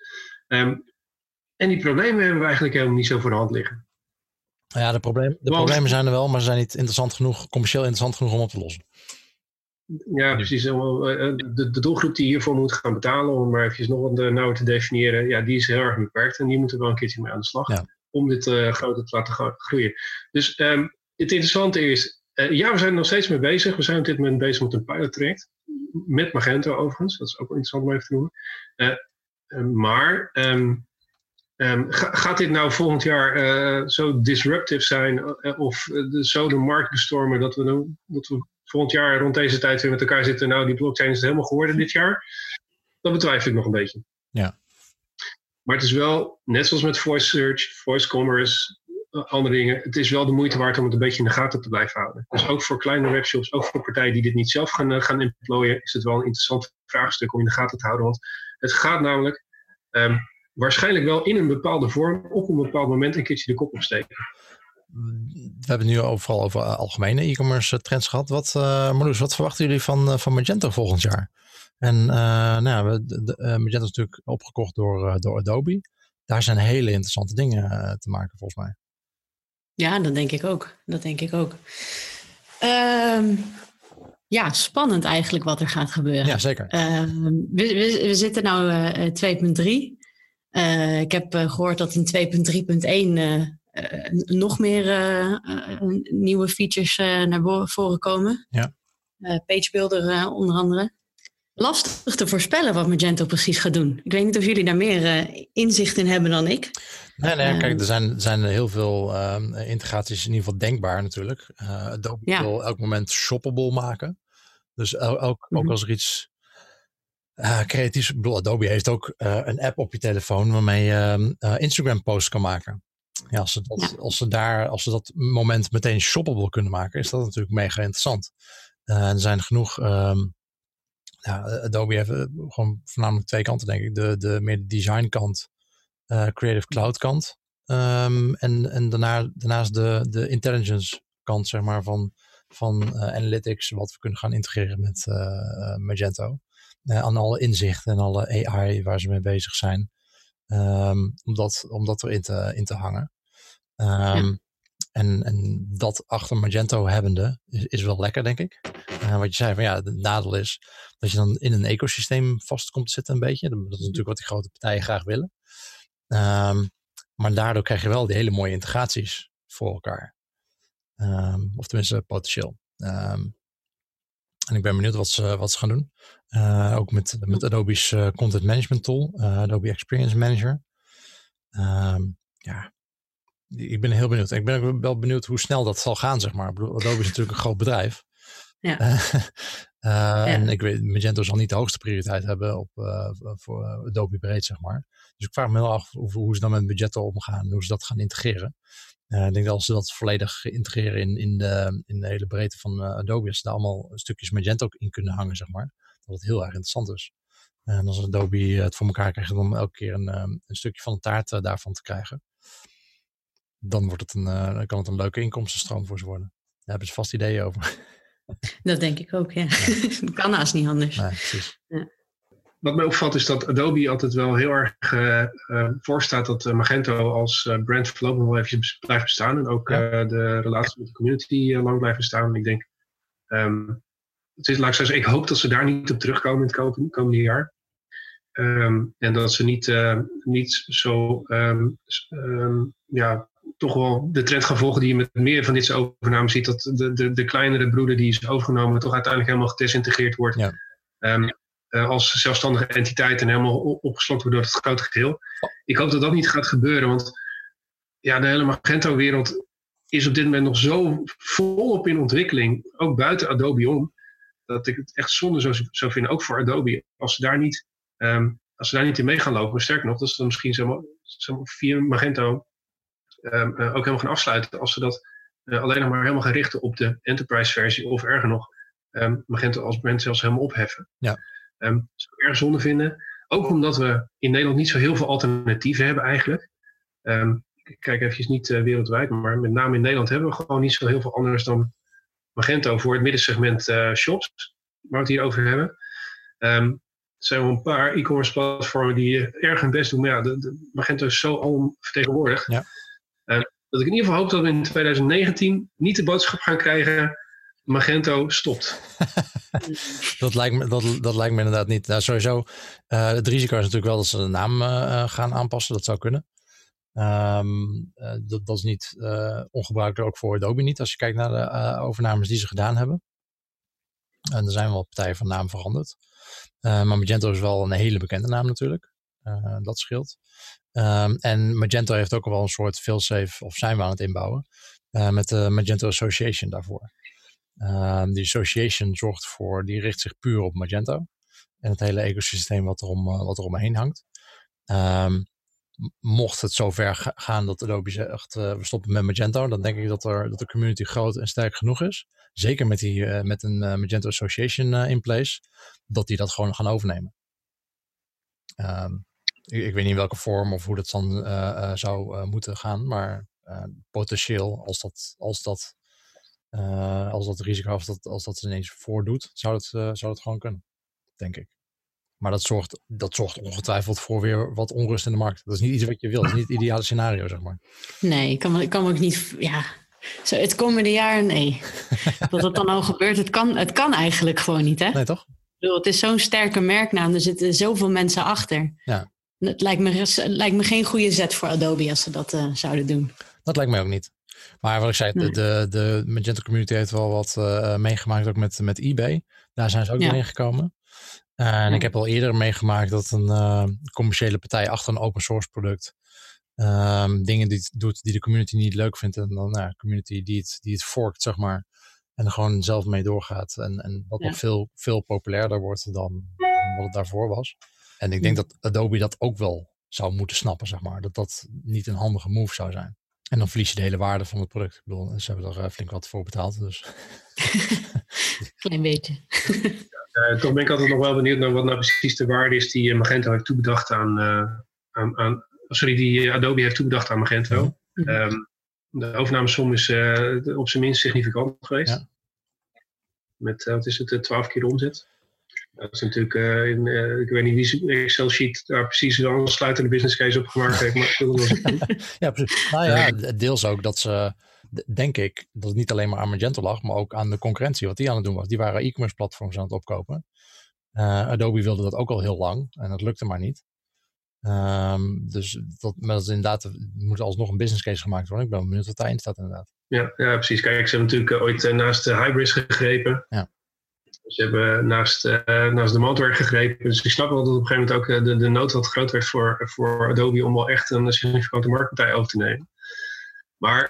En die problemen hebben we eigenlijk helemaal niet zo voor de hand liggen. Ja, de problemen zijn er wel, maar ze zijn niet commercieel interessant genoeg om op te lossen. Ja, precies. De doelgroep die hiervoor moet gaan betalen, om maar even nog wat nauwer te definiëren, die is heel erg beperkt en die moeten wel een keertje mee aan de slag om dit groter te laten groeien. Dus het interessante is, we zijn er nog steeds mee bezig. We zijn op dit moment bezig met een pilottraject, met Magento overigens, dat is ook wel interessant om even te noemen. Maar gaat dit nou volgend jaar zo disruptive zijn of zo de markt bestormen dat we volgend jaar rond deze tijd weer met elkaar zitten, nou die blockchain is het helemaal geworden dit jaar? Dat betwijfel ik nog een beetje. Ja. Maar het is wel, net zoals met voice search, voice commerce, andere dingen, het is wel de moeite waard om het een beetje in de gaten te blijven houden. Dus ook voor kleine webshops, ook voor partijen die dit niet zelf gaan employen, is het wel een interessant vraagstuk om in de gaten te houden. Want het gaat namelijk waarschijnlijk wel in een bepaalde vorm op een bepaald moment een keertje de kop opsteken. We hebben het nu overal over algemene e-commerce trends gehad. Marloes, wat verwachten jullie van Magento volgend jaar? En Magento is natuurlijk opgekocht door Adobe. Daar zijn hele interessante dingen te maken volgens mij. Ja, dat denk ik ook. Spannend eigenlijk wat er gaat gebeuren. Ja, zeker. We zitten nu 2.3. Ik heb gehoord dat in 2.3.1 nog meer nieuwe features naar voren komen. Ja. Page Builder onder andere. Lastig te voorspellen wat Magento precies gaat doen. Ik weet niet of jullie daar meer inzicht in hebben dan ik. Nee, kijk, er zijn heel veel integraties in ieder geval denkbaar natuurlijk. Adobe wil elk moment shoppable maken. Dus ook als er iets creatiefs... Ik bedoel, Adobe heeft ook een app op je telefoon waarmee je Instagram posts kan maken. Ja, als ze dat moment meteen shoppable kunnen maken, is dat natuurlijk mega interessant. Er zijn genoeg. Adobe heeft gewoon voornamelijk twee kanten, denk ik. De meer design kant, Creative Cloud kant. En daarnaast de intelligence kant, zeg maar, van analytics, wat we kunnen gaan integreren met Magento. Aan alle inzichten en alle AI waar ze mee bezig zijn. Om dat erin te hangen. En dat achter Magento hebbende is wel lekker, denk ik. Wat je zei, van ja, het nadeel is dat je dan in een ecosysteem vast komt te zitten een beetje. Dat is natuurlijk wat die grote partijen graag willen. Maar daardoor krijg je wel die hele mooie integraties voor elkaar. Of tenminste potentieel. En ik ben benieuwd wat ze gaan doen. Ook met Adobe's Content Management Tool. Adobe Experience Manager. Ik ben heel benieuwd. Ik ben ook wel benieuwd hoe snel dat zal gaan, zeg maar. Ik bedoel, Adobe is natuurlijk een groot bedrijf. Ja. En ik weet, Magento zal niet de hoogste prioriteit hebben voor Adobe breed, zeg maar. Dus ik vraag me heel af hoe ze dan met Magento omgaan. Hoe ze dat gaan integreren. Ik denk dat als ze dat volledig integreren in de hele breedte van Adobe, als ze daar allemaal stukjes Magento in kunnen hangen, zeg maar, dat het heel erg interessant is. En als Adobe het voor elkaar krijgt om elke keer een stukje van de taart daarvan te krijgen, dan kan het een leuke inkomstenstroom voor ze worden. Daar hebben ze vast ideeën over. Dat denk ik ook, ja. Dat kan haast niet anders. Nee, precies. Ja. Wat mij opvalt is dat Adobe altijd wel heel erg voorstaat dat Magento als brand voorlopig wel eventjes blijft bestaan. En ook de relatie met de community lang blijft bestaan. En ik denk, ik hoop dat ze daar niet op terugkomen in het komende jaar. En dat ze niet zo toch wel de trend gaan volgen die je met meer van dit soort overnames ziet. Dat de kleinere broeder die is overgenomen toch uiteindelijk helemaal gedesintegreerd wordt. Ja. Als zelfstandige entiteit en helemaal opgeslokt wordt door het grote geheel. Ik hoop dat dat niet gaat gebeuren, want ja, de hele Magento-wereld is op dit moment nog zo volop in ontwikkeling, ook buiten Adobe om, dat ik het echt zonde zou vinden, ook voor Adobe, als ze daar niet in mee gaan lopen. Maar sterker nog, dat ze dan misschien via Magento ook helemaal gaan afsluiten, als ze dat alleen nog maar helemaal gaan richten op de enterprise-versie, of erger nog, Magento als brand zelfs helemaal opheffen. Ja. Zou ik erg zonde vinden. Ook omdat we in Nederland niet zo heel veel alternatieven hebben eigenlijk. Ik kijk eventjes niet wereldwijd, maar met name in Nederland hebben we gewoon niet zo heel veel anders dan Magento voor het middensegment shops, waar we het hier over hebben. Er zijn wel een paar e-commerce platformen die erg hun best doen, maar ja, de Magento is zo al vertegenwoordigd. Ja. Dat ik in ieder geval hoop dat we in 2019 niet de boodschap gaan krijgen: Magento stopt. Dat lijkt me inderdaad niet. Nou, sowieso, het risico is natuurlijk wel dat ze de naam gaan aanpassen. Dat zou kunnen. Dat is niet ongebruikelijk, ook voor Adobe niet. Als je kijkt naar de overnames die ze gedaan hebben. En er zijn wel partijen van naam veranderd. Maar Magento is wel een hele bekende naam natuurlijk. Dat scheelt. En Magento heeft ook al wel een soort failsafe, of zijn we aan het inbouwen, met de Magento Association daarvoor. Die association die richt zich puur op Magento en het hele ecosysteem wat er omheen hangt. Mocht het zover gaan dat Adobe zegt we stoppen met Magento, dan denk ik dat de community groot en sterk genoeg is. Zeker met een Magento Association in place, dat die dat gewoon gaan overnemen. Ik weet niet in welke vorm of hoe dat dan zou moeten gaan, maar potentieel als dat risico, als dat ineens voordoet, zou het gewoon kunnen, denk ik. Maar dat zorgt ongetwijfeld voor weer wat onrust in de markt. Dat is niet iets wat je wil. Dat is niet het ideale scenario, zeg maar. Nee, ik kan ook niet. Ja, zo het komende jaar, nee. Dat het dan al gebeurt, het kan eigenlijk gewoon niet, hè? Nee, toch? Ik bedoel, het is zo'n sterke merknaam. Er zitten zoveel mensen achter. Ja. Het lijkt me geen goede zet voor Adobe als ze dat zouden doen. Dat lijkt mij ook niet. Maar wat ik zei, de Magento community heeft wel wat meegemaakt, ook met eBay. Daar zijn ze ook in gekomen. En ik heb al eerder meegemaakt dat een commerciële partij achter een open source product dingen doet die de community niet leuk vindt. En dan de community die het forkt, zeg maar. En er gewoon zelf mee doorgaat. En wat nog veel populairder wordt dan wat het daarvoor was. En ik denk dat Adobe dat ook wel zou moeten snappen, zeg maar. Dat niet een handige move zou zijn. En dan verlies je de hele waarde van het product. Ik bedoel, ze hebben er flink wat voor betaald. Dus. Klein beetje. Toch ben ik altijd nog wel benieuwd naar wat nou precies de waarde is die Magento heeft toebedacht die Adobe heeft toebedacht aan Magento. Mm-hmm. De overnamesom is op zijn minst significant geweest. Ja. Met, 12 keer de omzet. Dat is natuurlijk, ik weet niet wie Excel-sheet daar precies een aansluitende business case op gemaakt heeft. Maar ja, precies. Nou ja, deels ook dat ze, denk ik, dat het niet alleen maar aan Magento lag, maar ook aan de concurrentie, wat die aan het doen was. Die waren e-commerce platforms aan het opkopen. Adobe wilde dat ook al heel lang en dat lukte maar niet. Dus dat is inderdaad, moet alsnog een business case gemaakt worden. Ik ben benieuwd wat daarin staat inderdaad. Ja, precies. Kijk, ze hebben natuurlijk ooit naast de Hybris gegrepen. Ja. Ze hebben naast de Demandware gegrepen. Dus ik snap wel dat op een gegeven moment ook de nood wat groot werd voor Adobe om wel echt een significante marktpartij over te nemen. Maar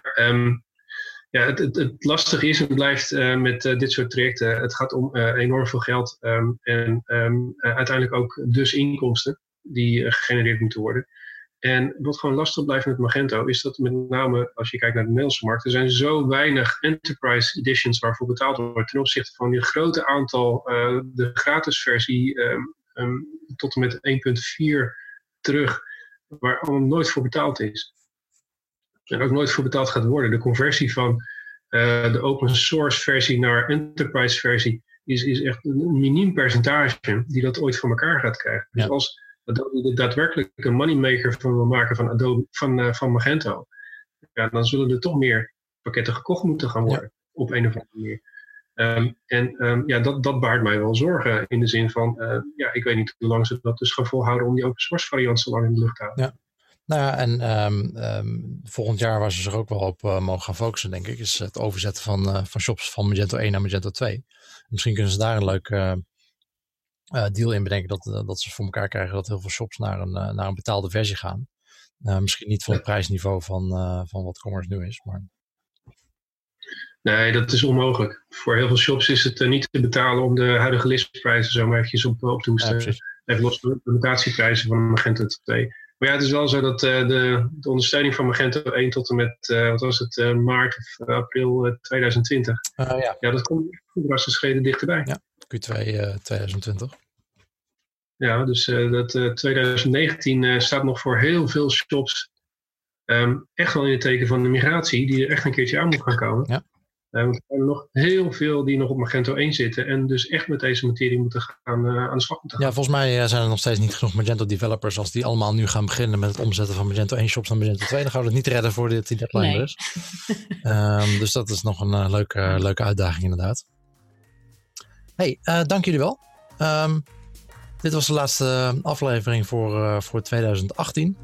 het lastige is en blijft met dit soort trajecten. Het gaat om enorm veel geld en uiteindelijk ook dus inkomsten die gegenereerd moeten worden. En wat gewoon lastig blijft met Magento is dat met name als je kijkt naar de Nederlandse markt, er zijn zo weinig enterprise editions waarvoor betaald wordt ten opzichte van die grote aantal, de gratis versie tot en met 1.4 terug, waar allemaal nooit voor betaald is. En ook nooit voor betaald gaat worden. De conversie van de open source versie naar enterprise versie is echt een miniem percentage die dat ooit voor elkaar gaat krijgen. Ja. Dus als Adobe de daadwerkelijke moneymaker van wil maken van Magento, ja, dan zullen er toch meer pakketten gekocht moeten gaan worden op een of andere manier. Dat baart mij wel zorgen in de zin van, ik weet niet hoe lang ze dat dus gaan volhouden om die open source variant zo lang in de lucht te houden. Ja. Nou ja, en volgend jaar waar ze zich ook wel op mogen gaan focussen, denk ik, is het overzetten van shops van Magento 1 naar Magento 2. Misschien kunnen ze daar een leuk deal in bedenken dat ze voor elkaar krijgen dat heel veel shops naar een betaalde versie gaan. Misschien niet van het prijsniveau van wat Commerce nu is, maar... Nee, dat is onmogelijk. Voor heel veel shops is het niet te betalen om de huidige listprijzen zo maar eventjes op te hoesten. Ja, even los van de implementatieprijzen van Magento 2. Maar ja, het is wel zo dat de ondersteuning van Magento 1 tot en met, maart of april 2020. Dat komt drastisch dichterbij. Ja, Q2 2020. Ja, dus 2019 staat nog voor heel veel shops echt wel in het teken van de migratie die er echt een keertje aan moet gaan komen. Ja. Want er zijn nog heel veel die nog op Magento 1 zitten en dus echt met deze materie moeten gaan aan de slag moeten gaan. Ja, volgens mij zijn er nog steeds niet genoeg Magento developers als die allemaal nu gaan beginnen met het omzetten van Magento 1 shops naar Magento 2. Dan gaan we het niet redden voor die deadline is. Dus dat is nog een leuke uitdaging inderdaad. Hey, dank jullie wel. Dit was de laatste aflevering voor 2018.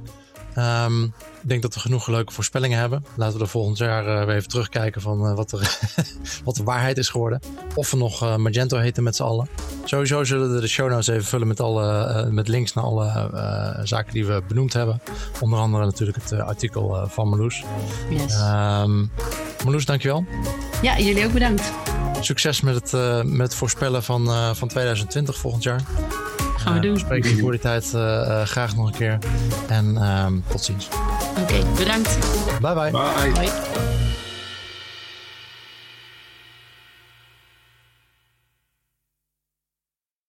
Ik denk dat we genoeg leuke voorspellingen hebben. Laten we er volgend jaar weer even terugkijken van wat de waarheid is geworden. Of we nog Magento heten met z'n allen. Sowieso zullen we de show notes even vullen met links naar alle zaken die we benoemd hebben. Onder andere natuurlijk het artikel van Marloes. Yes. Marloes, dankjewel. Ja, jullie ook bedankt. Succes met het voorspellen van 2020 volgend jaar. Gaan we doen. Spreek je voor die tijd graag nog een keer. En tot ziens. Oké, bedankt. Bye bye. Bye. Hoi.